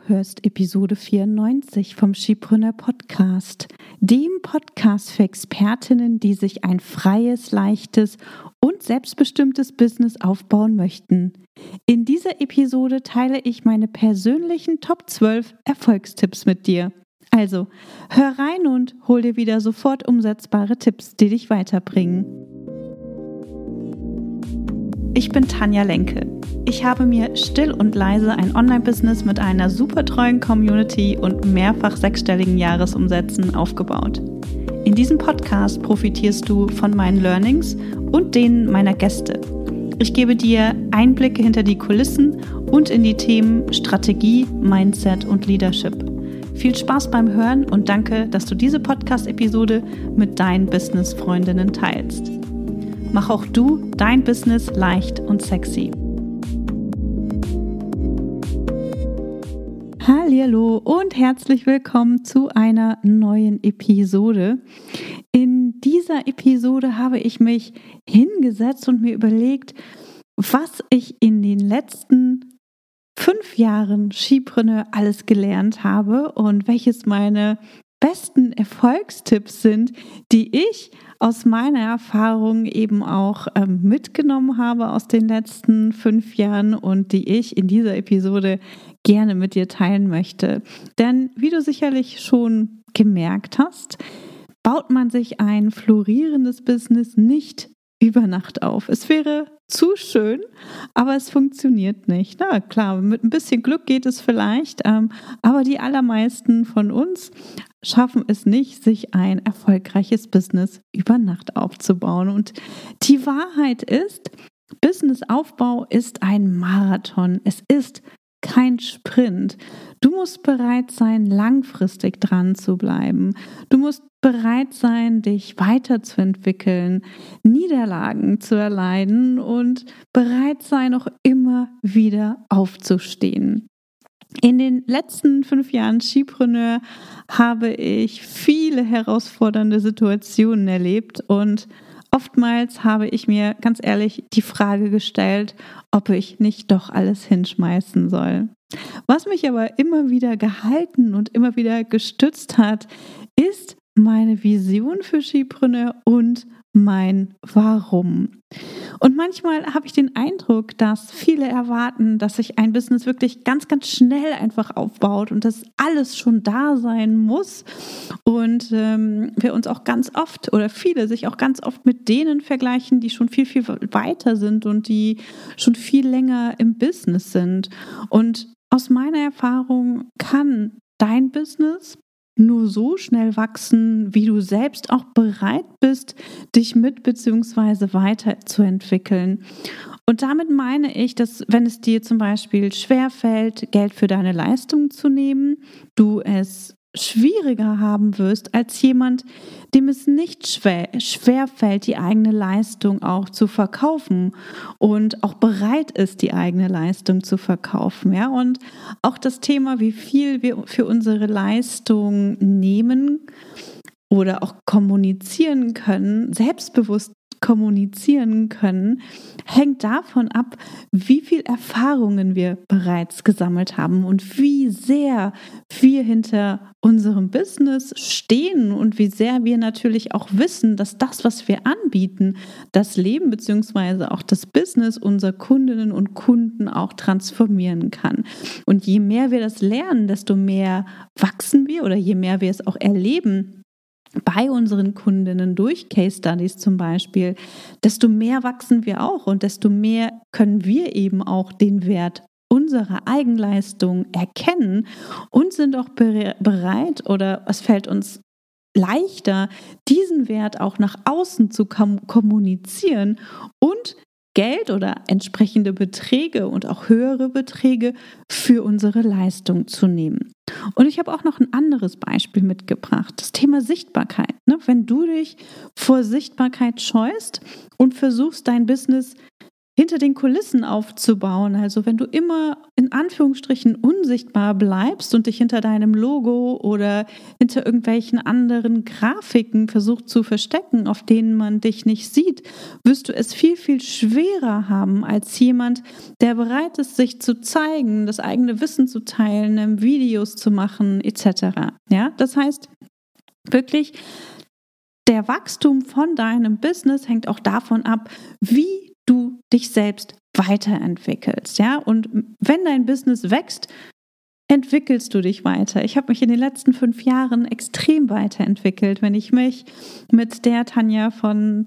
hörst Episode 94 vom Skipreneur Podcast, dem Podcast für Expertinnen, die sich ein freies, leichtes und selbstbestimmtes Business aufbauen möchten. In dieser Episode teile ich meine persönlichen Top 12 Erfolgstipps mit dir. Also, hör rein und hol dir wieder sofort umsetzbare Tipps, die dich weiterbringen. Ich bin Tanja Lenke. Ich habe mir still und leise ein Online-Business mit einer super treuen Community und mehrfach sechsstelligen Jahresumsätzen aufgebaut. In diesem Podcast profitierst du von meinen Learnings und denen meiner Gäste. Ich gebe dir Einblicke hinter die Kulissen und in die Themen Strategie, Mindset und Leadership. Viel Spaß beim Hören und danke, dass du diese Podcast-Episode mit deinen Business-Freundinnen teilst. Mach auch du dein Business leicht und sexy. Hallihallo und herzlich willkommen zu einer neuen Episode. In dieser Episode habe ich mich hingesetzt und mir überlegt, was ich in den letzten 5 Jahren Skipreneur alles gelernt habe und welches meine besten Erfolgstipps sind, die ich aus meiner Erfahrung eben auch mitgenommen habe aus den letzten 5 Jahren und die ich in dieser Episode gerne mit dir teilen möchte. Denn wie du sicherlich schon gemerkt hast, baut man sich ein florierendes Business nicht über Nacht auf. Es wäre zu schön, aber es funktioniert nicht. Na klar, mit ein bisschen Glück geht es vielleicht, aber die allermeisten von uns schaffen es nicht, sich ein erfolgreiches Business über Nacht aufzubauen. Und die Wahrheit ist, Businessaufbau ist ein Marathon. Es ist kein Sprint. Du musst bereit sein, langfristig dran zu bleiben. Du musst bereit sein, dich weiterzuentwickeln, Niederlagen zu erleiden und bereit sein, auch immer wieder aufzustehen. In den letzten 5 Jahren Skipreneur habe ich viele herausfordernde Situationen erlebt und oftmals habe ich mir ganz ehrlich die Frage gestellt, ob ich nicht doch alles hinschmeißen soll. Was mich aber immer wieder gehalten und immer wieder gestützt hat, ist meine Vision für Skipreneur und mein Warum. Und manchmal habe ich den Eindruck, dass viele erwarten, dass sich ein Business wirklich ganz, ganz schnell einfach aufbaut und dass alles schon da sein muss und wir uns auch ganz oft oder viele sich auch ganz oft mit denen vergleichen, die schon viel, viel weiter sind und die schon viel länger im Business sind. Und aus meiner Erfahrung kann dein Business nur so schnell wachsen, wie du selbst auch bereit bist, dich mit bzw. weiterzuentwickeln. Und damit meine ich, dass wenn es dir zum Beispiel schwerfällt, Geld für deine Leistung zu nehmen, du es schwieriger haben wirst als jemand, dem es nicht schwerfällt, die eigene Leistung auch zu verkaufen und auch bereit ist, die eigene Leistung zu verkaufen. Ja? Und auch das Thema, wie viel wir für unsere Leistung nehmen oder auch kommunizieren können, selbstbewusst kommunizieren können, hängt davon ab, wie viel Erfahrungen wir bereits gesammelt haben und wie sehr wir hinter unserem Business stehen und wie sehr wir natürlich auch wissen, dass das, was wir anbieten, das Leben bzw. auch das Business unserer Kundinnen und Kunden auch transformieren kann. Und je mehr wir das lernen, desto mehr wachsen wir oder je mehr wir es auch erleben, bei unseren Kundinnen durch Case Studies zum Beispiel, desto mehr wachsen wir auch und desto mehr können wir eben auch den Wert unserer Eigenleistung erkennen und sind auch bereit oder es fällt uns leichter, diesen Wert auch nach außen zu kommunizieren und Geld oder entsprechende Beträge und auch höhere Beträge für unsere Leistung zu nehmen. Und ich habe auch noch ein anderes Beispiel mitgebracht, das Thema Sichtbarkeit. Wenn du dich vor Sichtbarkeit scheust und versuchst, dein Business hinter den Kulissen aufzubauen. Also wenn du immer in Anführungsstrichen unsichtbar bleibst und dich hinter deinem Logo oder hinter irgendwelchen anderen Grafiken versuchst zu verstecken, auf denen man dich nicht sieht, wirst du es viel, viel schwerer haben als jemand, der bereit ist, sich zu zeigen, das eigene Wissen zu teilen, Videos zu machen, etc. Ja, das heißt wirklich, der Wachstum von deinem Business hängt auch davon ab, wie du dich selbst weiterentwickelst, ja, und wenn dein Business wächst, entwickelst du dich weiter. Ich habe mich in den letzten 5 Jahren extrem weiterentwickelt. Wenn ich mich mit der Tanja von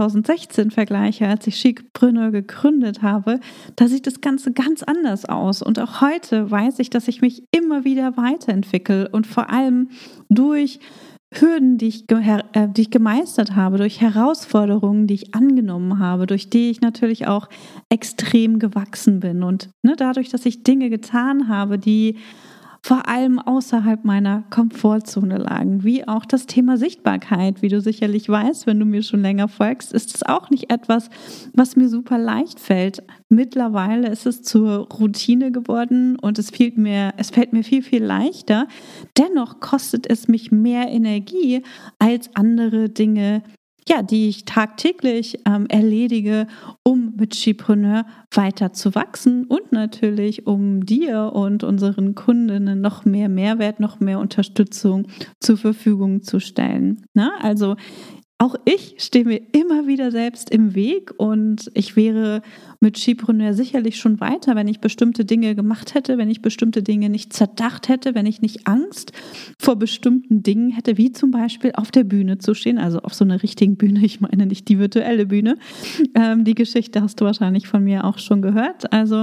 2016 vergleiche, als ich Chicpreneur gegründet habe, da sieht das Ganze ganz anders aus. Und auch heute weiß ich, dass ich mich immer wieder weiterentwickle und vor allem durch Hürden, die ich gemeistert habe, durch Herausforderungen, die ich angenommen habe, durch die ich natürlich auch extrem gewachsen bin. Und dadurch, dass ich Dinge getan habe, die vor allem außerhalb meiner Komfortzone lagen, wie auch das Thema Sichtbarkeit. Wie du sicherlich weißt, wenn du mir schon länger folgst, ist es auch nicht etwas, was mir super leicht fällt. Mittlerweile ist es zur Routine geworden und es fällt mir viel, viel leichter. Dennoch kostet es mich mehr Energie als andere Dinge, ja, die ich tagtäglich erledige, um mit Chicpreneur weiter zu wachsen und natürlich, um dir und unseren Kundinnen noch mehr Mehrwert, noch mehr Unterstützung zur Verfügung zu stellen. Also auch ich stehe mir immer wieder selbst im Weg und ich wäre mit Chicpreneur sicherlich schon weiter, wenn ich bestimmte Dinge gemacht hätte, wenn ich bestimmte Dinge nicht zerdacht hätte, wenn ich nicht Angst vor bestimmten Dingen hätte, wie zum Beispiel auf der Bühne zu stehen, also auf so einer richtigen Bühne, ich meine nicht die virtuelle Bühne. Die Geschichte hast du wahrscheinlich von mir auch schon gehört. Also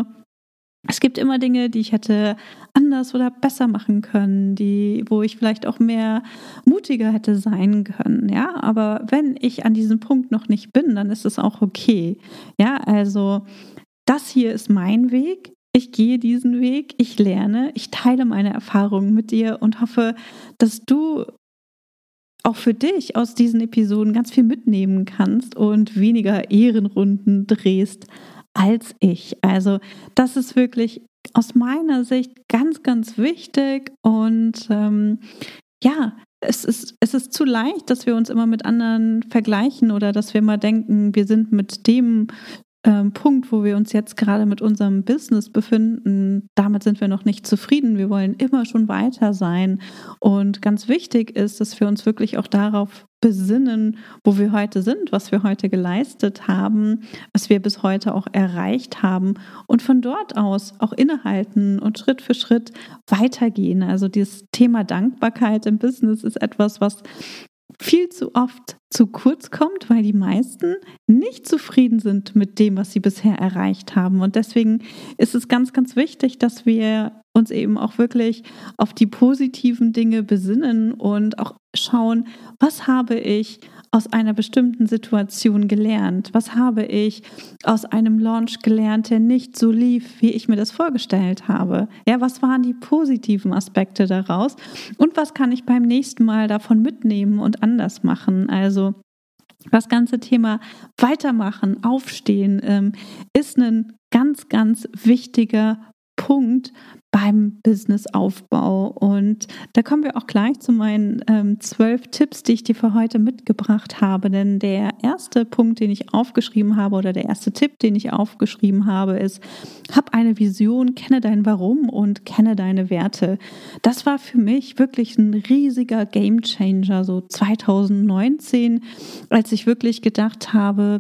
es gibt immer Dinge, die ich hätte anders oder besser machen können, wo ich vielleicht auch mehr mutiger hätte sein können, ja, aber wenn ich an diesem Punkt noch nicht bin, dann ist es auch okay, ja, also das hier ist mein Weg, ich gehe diesen Weg, ich lerne, ich teile meine Erfahrungen mit dir und hoffe, dass du auch für dich aus diesen Episoden ganz viel mitnehmen kannst und weniger Ehrenrunden drehst als ich. Also das ist wirklich aus meiner Sicht ganz, ganz wichtig und es ist zu leicht, dass wir uns immer mit anderen vergleichen oder dass wir mal denken, wir sind mit dem Punkt, wo wir uns jetzt gerade mit unserem Business befinden, damit sind wir noch nicht zufrieden. Wir wollen immer schon weiter sein. Und ganz wichtig ist, dass wir uns wirklich auch darauf besinnen, wo wir heute sind, was wir heute geleistet haben, was wir bis heute auch erreicht haben und von dort aus auch innehalten und Schritt für Schritt weitergehen. Also dieses Thema Dankbarkeit im Business ist etwas, was viel zu oft zu kurz kommt, weil die meisten nicht zufrieden sind mit dem, was sie bisher erreicht haben. Und deswegen ist es ganz, ganz wichtig, dass wir uns eben auch wirklich auf die positiven Dinge besinnen und auch schauen, was habe ich aus einer bestimmten Situation gelernt? Was habe ich aus einem Launch gelernt, der nicht so lief, wie ich mir das vorgestellt habe? Ja, was waren die positiven Aspekte daraus? Und was kann ich beim nächsten Mal davon mitnehmen und anders machen? Also das ganze Thema Weitermachen, Aufstehen ist ein ganz, ganz wichtiger Punkt beim Businessaufbau. Und da kommen wir auch gleich zu meinen 12 Tipps, die ich dir für heute mitgebracht habe. Denn der erste Punkt, den ich aufgeschrieben habe, oder der erste Tipp, den ich aufgeschrieben habe, ist: Hab eine Vision, kenne dein Warum und kenne deine Werte. Das war für mich wirklich ein riesiger Gamechanger, so 2019, als ich wirklich gedacht habe,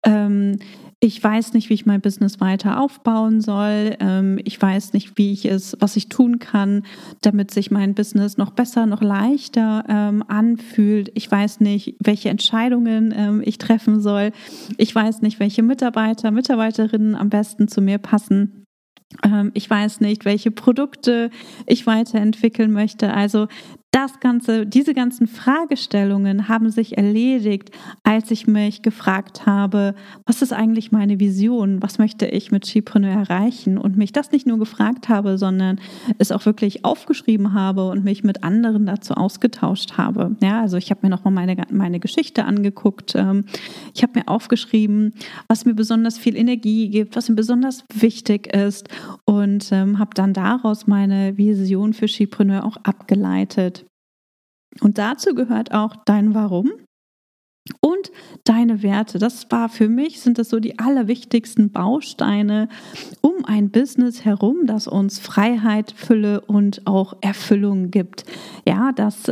ich weiß nicht, wie ich mein Business weiter aufbauen soll. Ich weiß nicht, was ich tun kann, damit sich mein Business noch besser, noch leichter anfühlt. Ich weiß nicht, welche Entscheidungen ich treffen soll. Ich weiß nicht, welche Mitarbeiterinnen am besten zu mir passen. Ich weiß nicht, welche Produkte ich weiterentwickeln möchte. Also diese ganzen Fragestellungen haben sich erledigt, als ich mich gefragt habe, was ist eigentlich meine Vision? Was möchte ich mit Skipreneur erreichen? Und mich das nicht nur gefragt habe, sondern es auch wirklich aufgeschrieben habe und mich mit anderen dazu ausgetauscht habe. Ja, also ich habe mir nochmal meine Geschichte angeguckt. Ich habe mir aufgeschrieben, was mir besonders viel Energie gibt, was mir besonders wichtig ist und habe dann daraus meine Vision für Skipreneur auch abgeleitet. Und dazu gehört auch dein Warum und deine Werte. Sind das so die allerwichtigsten Bausteine um ein Business herum, das uns Freiheit, Fülle und auch Erfüllung gibt. Ja, das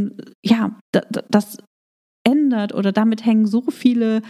ändert oder damit hängen so viele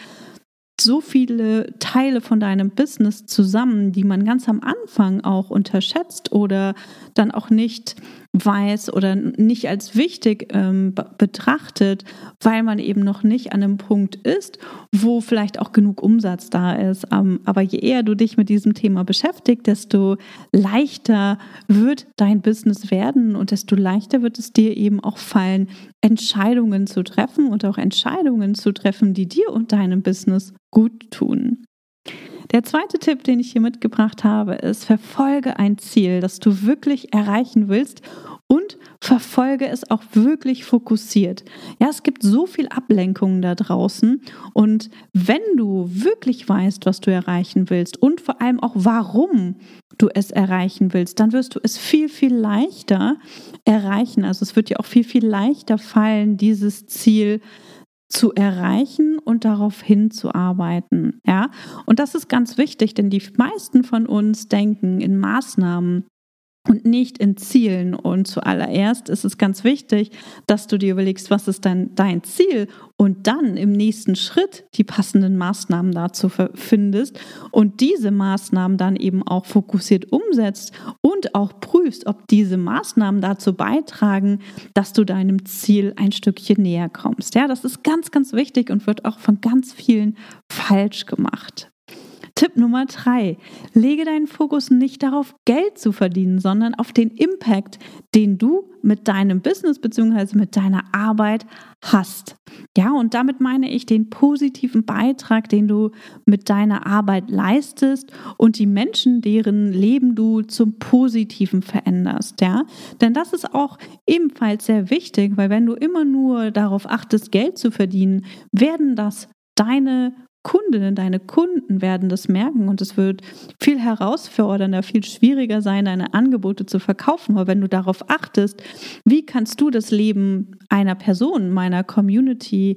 Teile von deinem Business zusammen, die man ganz am Anfang auch unterschätzt oder dann auch nicht weiß oder nicht als wichtig betrachtet, weil man eben noch nicht an einem Punkt ist, wo vielleicht auch genug Umsatz da ist. Aber je eher du dich mit diesem Thema beschäftigst, desto leichter wird dein Business werden und desto leichter wird es dir eben auch fallen, Entscheidungen zu treffen und auch Entscheidungen zu treffen, die dir und deinem Business gut tun. Der zweite Tipp, den ich hier mitgebracht habe, ist: Verfolge ein Ziel, das du wirklich erreichen willst und verfolge es auch wirklich fokussiert. Ja, es gibt so viel Ablenkungen da draußen und wenn du wirklich weißt, was du erreichen willst und vor allem auch warum du es erreichen willst, dann wirst du es viel, viel leichter erreichen. Also es wird dir auch viel, viel leichter fallen, dieses Ziel zu erreichen und darauf hinzuarbeiten. Ja? Und das ist ganz wichtig, denn die meisten von uns denken in Maßnahmen und nicht in Zielen. Und zuallererst ist es ganz wichtig, dass du dir überlegst, was ist dein Ziel und dann im nächsten Schritt die passenden Maßnahmen dazu findest und diese Maßnahmen dann eben auch fokussiert umsetzt und auch prüfst, ob diese Maßnahmen dazu beitragen, dass du deinem Ziel ein Stückchen näher kommst. Ja, das ist ganz, ganz wichtig und wird auch von ganz vielen falsch gemacht. Tipp Nummer 3. Lege deinen Fokus nicht darauf, Geld zu verdienen, sondern auf den Impact, den du mit deinem Business bzw. mit deiner Arbeit hast. Ja, und damit meine ich den positiven Beitrag, den du mit deiner Arbeit leistest und die Menschen, deren Leben du zum Positiven veränderst. Ja, denn das ist auch ebenfalls sehr wichtig, weil wenn du immer nur darauf achtest, Geld zu verdienen, werden das deine Kundinnen, deine Kunden werden das merken und es wird viel herausfordernder, viel schwieriger sein, deine Angebote zu verkaufen. Aber wenn du darauf achtest, wie kannst du das Leben einer Person, meiner Community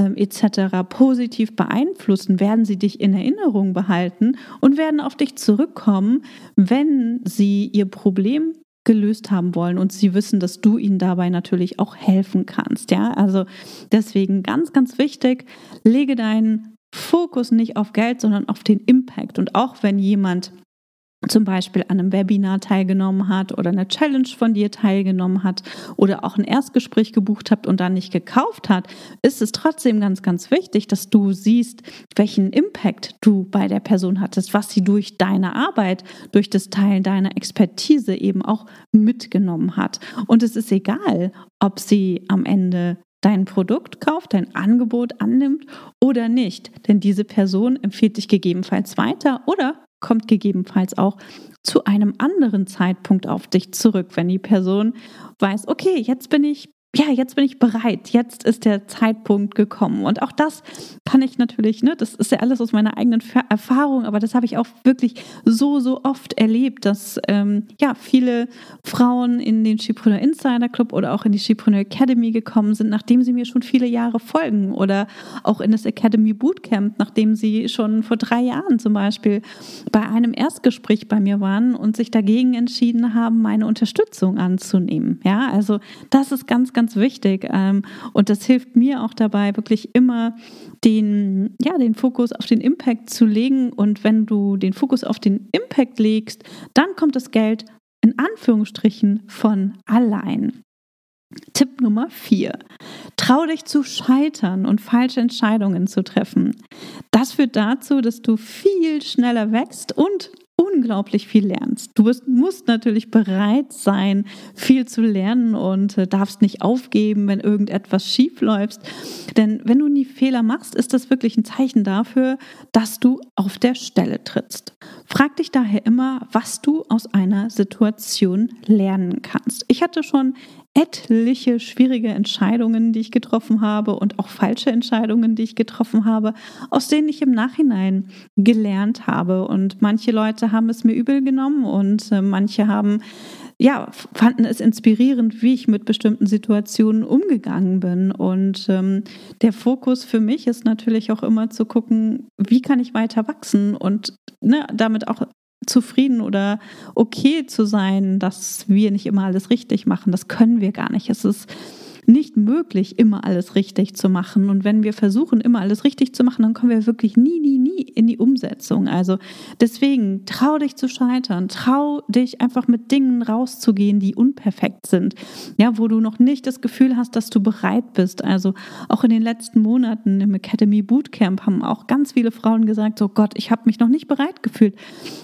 etc. positiv beeinflussen, werden sie dich in Erinnerung behalten und werden auf dich zurückkommen, wenn sie ihr Problem gelöst haben wollen und sie wissen, dass du ihnen dabei natürlich auch helfen kannst. Ja, also deswegen ganz, ganz wichtig, lege deinen Fokus nicht auf Geld, sondern auf den Impact. Und auch wenn jemand zum Beispiel an einem Webinar teilgenommen hat oder eine Challenge von dir teilgenommen hat oder auch ein Erstgespräch gebucht hat und dann nicht gekauft hat, ist es trotzdem ganz, ganz wichtig, dass du siehst, welchen Impact du bei der Person hattest, was sie durch deine Arbeit, durch das Teilen deiner Expertise eben auch mitgenommen hat. Und es ist egal, ob sie am Ende dein Produkt kauft, dein Angebot annimmt oder nicht. Denn diese Person empfiehlt dich gegebenenfalls weiter oder kommt gegebenenfalls auch zu einem anderen Zeitpunkt auf dich zurück, wenn die Person weiß, okay, jetzt bin ich bereit, jetzt ist der Zeitpunkt gekommen. Und auch das kann ich natürlich, das ist ja alles aus meiner eigenen Erfahrung, aber das habe ich auch wirklich so oft erlebt, dass viele Frauen in den Skipreneur Insider Club oder auch in die Skipreneur Academy gekommen sind, nachdem sie mir schon viele Jahre folgen oder auch in das Academy Bootcamp, nachdem sie schon vor 3 Jahren zum Beispiel bei einem Erstgespräch bei mir waren und sich dagegen entschieden haben, meine Unterstützung anzunehmen. Ja, also das ist ganz, ganz wichtig und das hilft mir auch dabei, wirklich immer den Fokus auf den Impact zu legen und wenn du den Fokus auf den Impact legst, dann kommt das Geld in Anführungsstrichen von allein. Tipp Nummer 4. Trau dich zu scheitern und falsche Entscheidungen zu treffen. Das führt dazu, dass du viel schneller wächst und unglaublich viel lernst. Du musst natürlich bereit sein, viel zu lernen und darfst nicht aufgeben, wenn irgendetwas schief läuft. Denn wenn du nie Fehler machst, ist das wirklich ein Zeichen dafür, dass du auf der Stelle trittst. Frag dich daher immer, was du aus einer Situation lernen kannst. Ich hatte schon etliche schwierige Entscheidungen, die ich getroffen habe und auch falsche Entscheidungen, die ich getroffen habe, aus denen ich im Nachhinein gelernt habe. Und manche Leute haben es mir übel genommen und manche fanden es inspirierend, wie ich mit bestimmten Situationen umgegangen bin. Und der Fokus für mich ist natürlich auch immer zu gucken, wie kann ich weiter wachsen und damit auch zufrieden oder okay zu sein, dass wir nicht immer alles richtig machen. Das können wir gar nicht. Es ist nicht möglich, immer alles richtig zu machen. Und wenn wir versuchen, immer alles richtig zu machen, dann kommen wir wirklich nie in die Umsetzung. Also deswegen, trau dich zu scheitern, trau dich einfach mit Dingen rauszugehen, die unperfekt sind. Ja, wo du noch nicht das Gefühl hast, dass du bereit bist. Also auch in den letzten Monaten im Academy Bootcamp haben auch ganz viele Frauen gesagt, so Gott, ich habe mich noch nicht bereit gefühlt.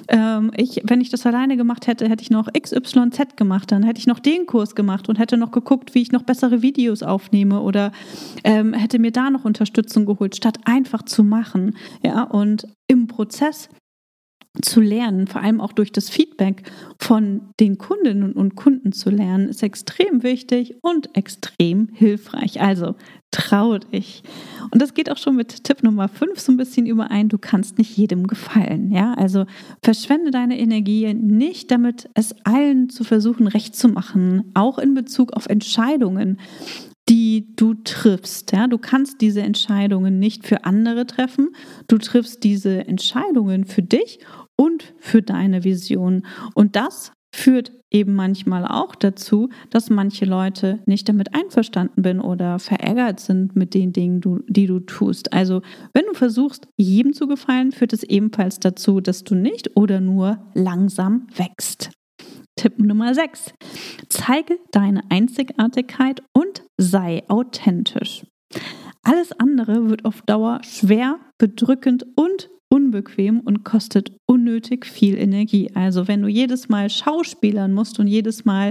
Wenn ich das alleine gemacht hätte, hätte ich noch XYZ gemacht, dann hätte ich noch den Kurs gemacht und hätte noch geguckt, wie ich noch bessere Videos aufnehme oder hätte mir da noch Unterstützung geholt, statt einfach zu machen. Ja, und im Prozess zu lernen, vor allem auch durch das Feedback von den Kundinnen und Kunden zu lernen, ist extrem wichtig und extrem hilfreich. Also trau dich. Und das geht auch schon mit Tipp Nummer 5 so ein bisschen überein. Du kannst nicht jedem gefallen. Ja? Also verschwende deine Energie nicht damit, es allen zu versuchen, recht zu machen, auch in Bezug auf Entscheidungen, die du triffst. Ja? Du kannst diese Entscheidungen nicht für andere treffen. Du triffst diese Entscheidungen für dich und für deine Vision. Und das führt eben manchmal auch dazu, dass manche Leute nicht damit einverstanden sind oder verärgert sind mit den Dingen, die du tust. Also wenn du versuchst, jedem zu gefallen, führt es ebenfalls dazu, dass du nicht oder nur langsam wächst. Tipp Nummer 6. Zeige deine Einzigartigkeit und sei authentisch. Alles andere wird auf Dauer schwer, bedrückend und unbequem und kostet unnötig viel Energie. Also wenn du jedes Mal schauspielern musst und jedes Mal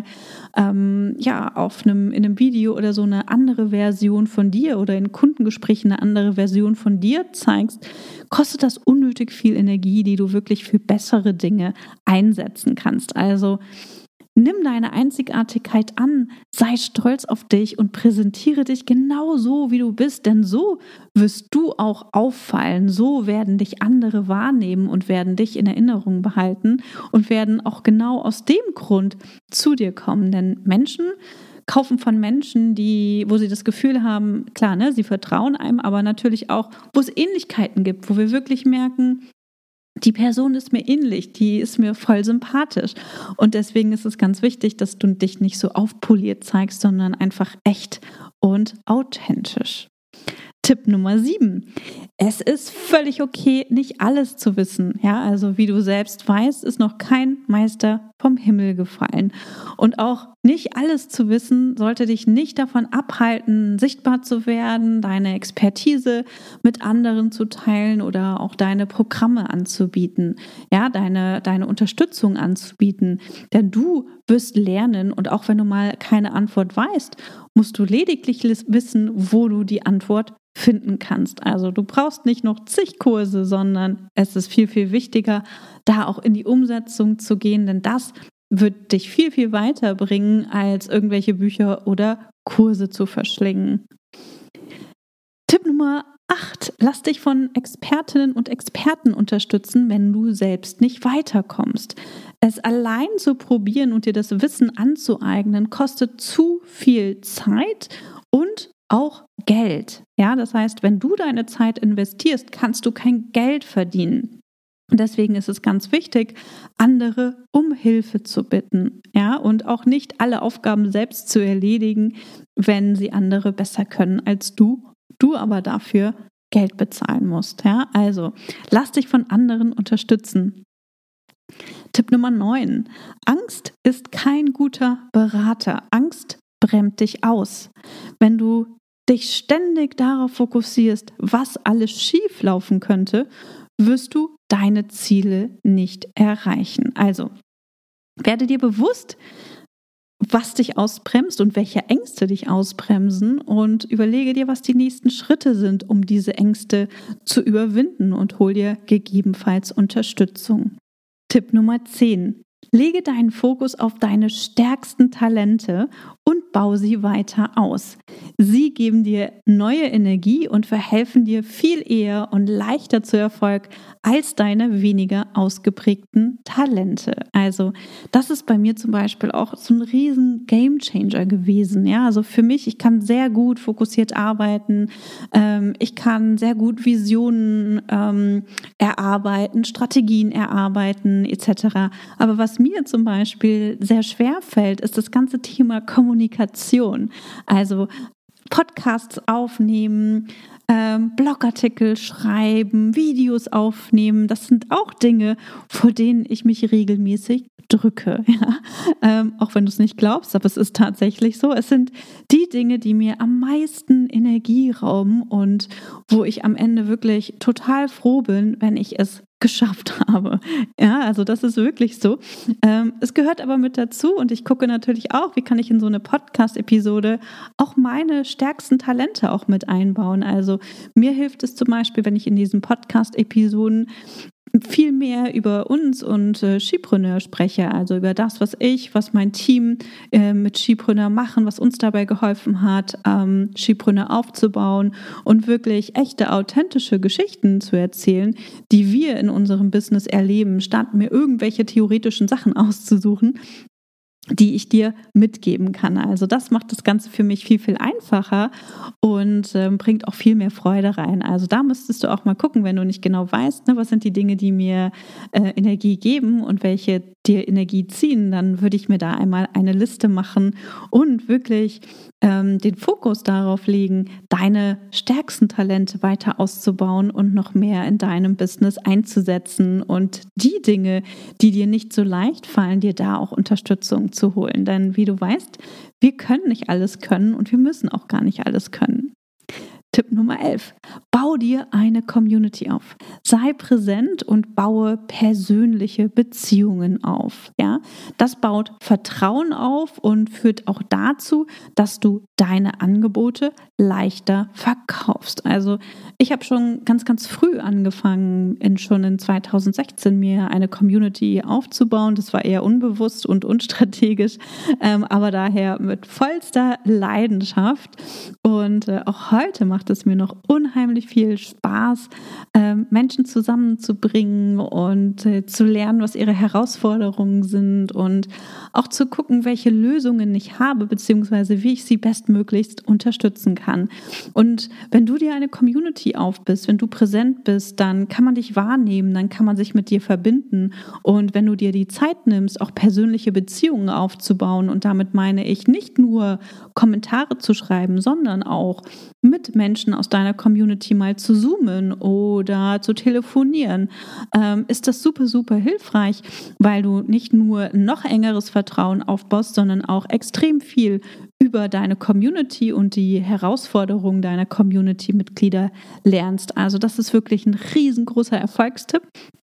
in einem Video oder so eine andere Version von dir oder in Kundengesprächen eine andere Version von dir zeigst, kostet das unnötig viel Energie, die du wirklich für bessere Dinge einsetzen kannst. Also nimm deine Einzigartigkeit an, sei stolz auf dich und präsentiere dich genau so, wie du bist, denn so wirst du auch auffallen, so werden dich andere wahrnehmen und werden dich in Erinnerung behalten und werden auch genau aus dem Grund zu dir kommen, denn Menschen kaufen von Menschen, wo sie das Gefühl haben, klar, sie vertrauen einem, aber natürlich auch, wo es Ähnlichkeiten gibt, wo wir wirklich merken, die Person ist mir ähnlich, die ist mir voll sympathisch. Und deswegen ist es ganz wichtig, dass du dich nicht so aufpoliert zeigst, sondern einfach echt und authentisch. Tipp Nummer 7. Es ist völlig okay, nicht alles zu wissen. Ja, also wie du selbst weißt, ist noch kein Meister vom Himmel gefallen. Und auch nicht alles zu wissen, sollte dich nicht davon abhalten, sichtbar zu werden, deine Expertise mit anderen zu teilen oder auch deine Programme anzubieten, ja, deine Unterstützung anzubieten. Denn du wirst lernen und auch wenn du mal keine Antwort weißt, musst du lediglich wissen, wo du die Antwort finden kannst. Also du brauchst nicht noch zig Kurse, sondern es ist viel, viel wichtiger, da auch in die Umsetzung zu gehen, denn das wird dich viel, viel weiterbringen, als irgendwelche Bücher oder Kurse zu verschlingen. Tipp Nummer 8. Lass dich von Expertinnen und Experten unterstützen, wenn du selbst nicht weiterkommst. Es allein zu probieren und dir das Wissen anzueignen, kostet zu viel Zeit und auch Geld. Ja, das heißt, wenn du deine Zeit investierst, kannst du kein Geld verdienen. Und deswegen ist es ganz wichtig, andere um Hilfe zu bitten, ja, und auch nicht alle Aufgaben selbst zu erledigen, wenn sie andere besser können als du aber dafür Geld bezahlen musst, ja. Also, lass dich von anderen unterstützen. Tipp Nummer 9. Angst ist kein guter Berater. Angst bremst dich aus. Wenn du dich ständig darauf fokussierst, was alles schief laufen könnte, wirst du deine Ziele nicht erreichen. Also, werde dir bewusst, was dich ausbremst und welche Ängste dich ausbremsen und überlege dir, was die nächsten Schritte sind, um diese Ängste zu überwinden und hol dir gegebenenfalls Unterstützung. Tipp Nummer 10. Lege deinen Fokus auf deine stärksten Talente und baue sie weiter aus. Sie geben dir neue Energie und verhelfen dir viel eher und leichter zu Erfolg als deine weniger ausgeprägten Talente. Also das ist bei mir zum Beispiel auch so ein riesen Gamechanger gewesen. Ja, also für mich, ich kann sehr gut fokussiert arbeiten, ich kann sehr gut Visionen erarbeiten, Strategien erarbeiten etc. Aber was mir zum Beispiel sehr schwer fällt, ist das ganze Thema Kommunikation. Also Podcasts aufnehmen, Blogartikel schreiben, Videos aufnehmen. Das sind auch Dinge, vor denen ich mich regelmäßig drücke. Ja? Auch wenn du es nicht glaubst, aber es ist tatsächlich so. Es sind die Dinge, die mir am meisten Energie rauben und wo ich am Ende wirklich total froh bin, wenn ich es geschafft habe. Ja, also das ist wirklich so. Es gehört aber mit dazu und ich gucke natürlich auch, wie kann ich in so eine Podcast-Episode auch meine stärksten Talente auch mit einbauen. Also mir hilft es zum Beispiel, wenn ich in diesen Podcast-Episoden viel mehr über uns und Skipreneur spreche, also über das, was mein Team mit Skipreneur machen, was uns dabei geholfen hat, Skipreneur aufzubauen und wirklich echte, authentische Geschichten zu erzählen, die wir in unserem Business erleben, statt mir irgendwelche theoretischen Sachen auszusuchen, die ich dir mitgeben kann. Also das macht das Ganze für mich viel, viel einfacher und bringt auch viel mehr Freude rein. Also da müsstest du auch mal gucken, wenn du nicht genau weißt, was sind die Dinge, die mir Energie geben und welche dir Energie ziehen, dann würde ich mir da einmal eine Liste machen und wirklich den Fokus darauf legen, deine stärksten Talente weiter auszubauen und noch mehr in deinem Business einzusetzen und die Dinge, die dir nicht so leicht fallen, dir da auch Unterstützung zu holen. Denn wie du weißt, wir können nicht alles können und wir müssen auch gar nicht alles können. Tipp Nummer 11. Bau dir eine Community auf. Sei präsent und baue persönliche Beziehungen auf. Ja? Das baut Vertrauen auf und führt auch dazu, dass du deine Angebote leichter verkaufst. Also ich habe schon ganz, ganz früh angefangen, schon in 2016 mir eine Community aufzubauen. Das war eher unbewusst und unstrategisch, aber daher mit vollster Leidenschaft. Und auch heute macht es mir noch unheimlich viel Spaß, Menschen zusammenzubringen und zu lernen, was ihre Herausforderungen sind und auch zu gucken, welche Lösungen ich habe, beziehungsweise wie ich sie bestmöglichst unterstützen kann. Und wenn du dir eine Community aufbist, wenn du präsent bist, dann kann man dich wahrnehmen, dann kann man sich mit dir verbinden. Und wenn du dir die Zeit nimmst, auch persönliche Beziehungen aufzubauen, und damit meine ich nicht nur Kommentare zu schreiben, sondern auch mit Menschen aus deiner Community mal zu zoomen oder zu telefonieren, ist das super, super hilfreich, weil du nicht nur noch engeres Vertrauen aufbaust, sondern auch extrem viel über deine Community und die Herausforderungen deiner Community-Mitglieder lernst. Also das ist wirklich ein riesengroßer Erfolgstipp,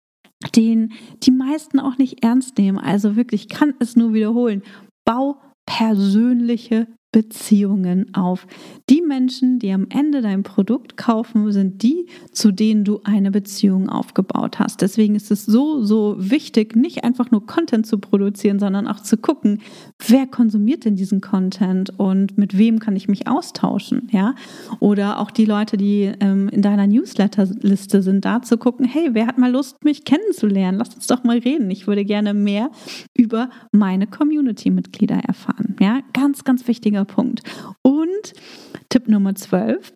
den die meisten auch nicht ernst nehmen. Also wirklich, ich kann es nur wiederholen. Bau persönliche Beziehungen auf. Die Menschen, die am Ende dein Produkt kaufen, sind die, zu denen du eine Beziehung aufgebaut hast. Deswegen ist es so, so wichtig, nicht einfach nur Content zu produzieren, sondern auch zu gucken, wer konsumiert denn diesen Content und mit wem kann ich mich austauschen, ja? Oder auch die Leute, die in deiner Newsletterliste sind, da zu gucken, hey, wer hat mal Lust, mich kennenzulernen? Lass uns doch mal reden. Ich würde gerne mehr über meine Community-Mitglieder erfahren. Ja, ganz, ganz wichtiger Punkt. Und Tipp Nummer 12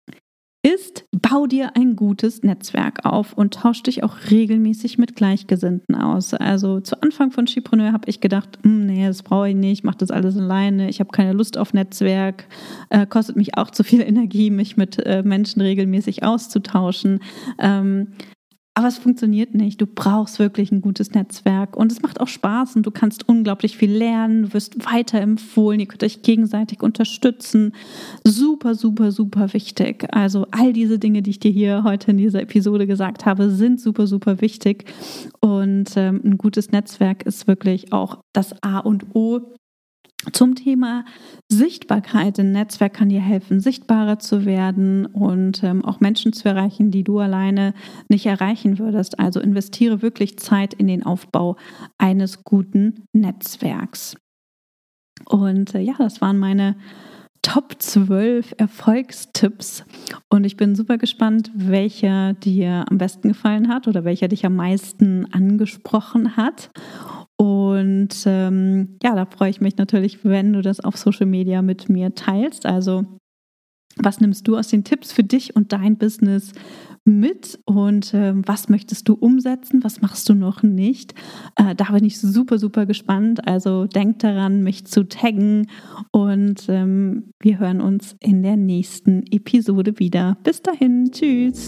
ist, bau dir ein gutes Netzwerk auf und tausch dich auch regelmäßig mit Gleichgesinnten aus. Also zu Anfang von Skipreneur habe ich gedacht, nee, das brauche ich nicht, ich mache das alles alleine, ich habe keine Lust auf Netzwerk, kostet mich auch zu viel Energie, mich mit Menschen regelmäßig auszutauschen. Aber es funktioniert nicht. Du brauchst wirklich ein gutes Netzwerk und es macht auch Spaß und du kannst unglaublich viel lernen. Du wirst weiterempfohlen, ihr könnt euch gegenseitig unterstützen. Super, super, super wichtig. Also all diese Dinge, die ich dir hier heute in dieser Episode gesagt habe, sind super, super wichtig. Und ein gutes Netzwerk ist wirklich auch das A und O. Zum Thema Sichtbarkeit. Ein Netzwerk kann dir helfen, sichtbarer zu werden und auch Menschen zu erreichen, die du alleine nicht erreichen würdest. Also investiere wirklich Zeit in den Aufbau eines guten Netzwerks. Und das waren meine Top 12 Erfolgstipps. Und ich bin super gespannt, welcher dir am besten gefallen hat oder welcher dich am meisten angesprochen hat. Und da freue ich mich natürlich, wenn du das auf Social Media mit mir teilst. Also was nimmst du aus den Tipps für dich und dein Business mit und was möchtest du umsetzen, was machst du noch nicht? Da bin ich super, super gespannt. Also denk daran, mich zu taggen und wir hören uns in der nächsten Episode wieder. Bis dahin, tschüss!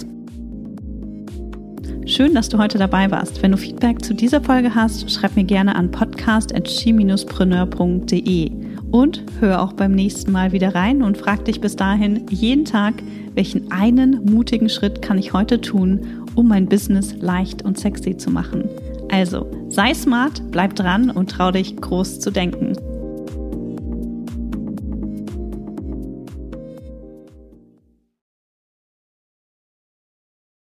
Schön, dass du heute dabei warst. Wenn du Feedback zu dieser Folge hast, schreib mir gerne an podcast@she-preneur.de und hör auch beim nächsten Mal wieder rein und frag dich bis dahin jeden Tag, welchen einen mutigen Schritt kann ich heute tun, um mein Business leicht und sexy zu machen. Also, sei smart, bleib dran und trau dich groß zu denken.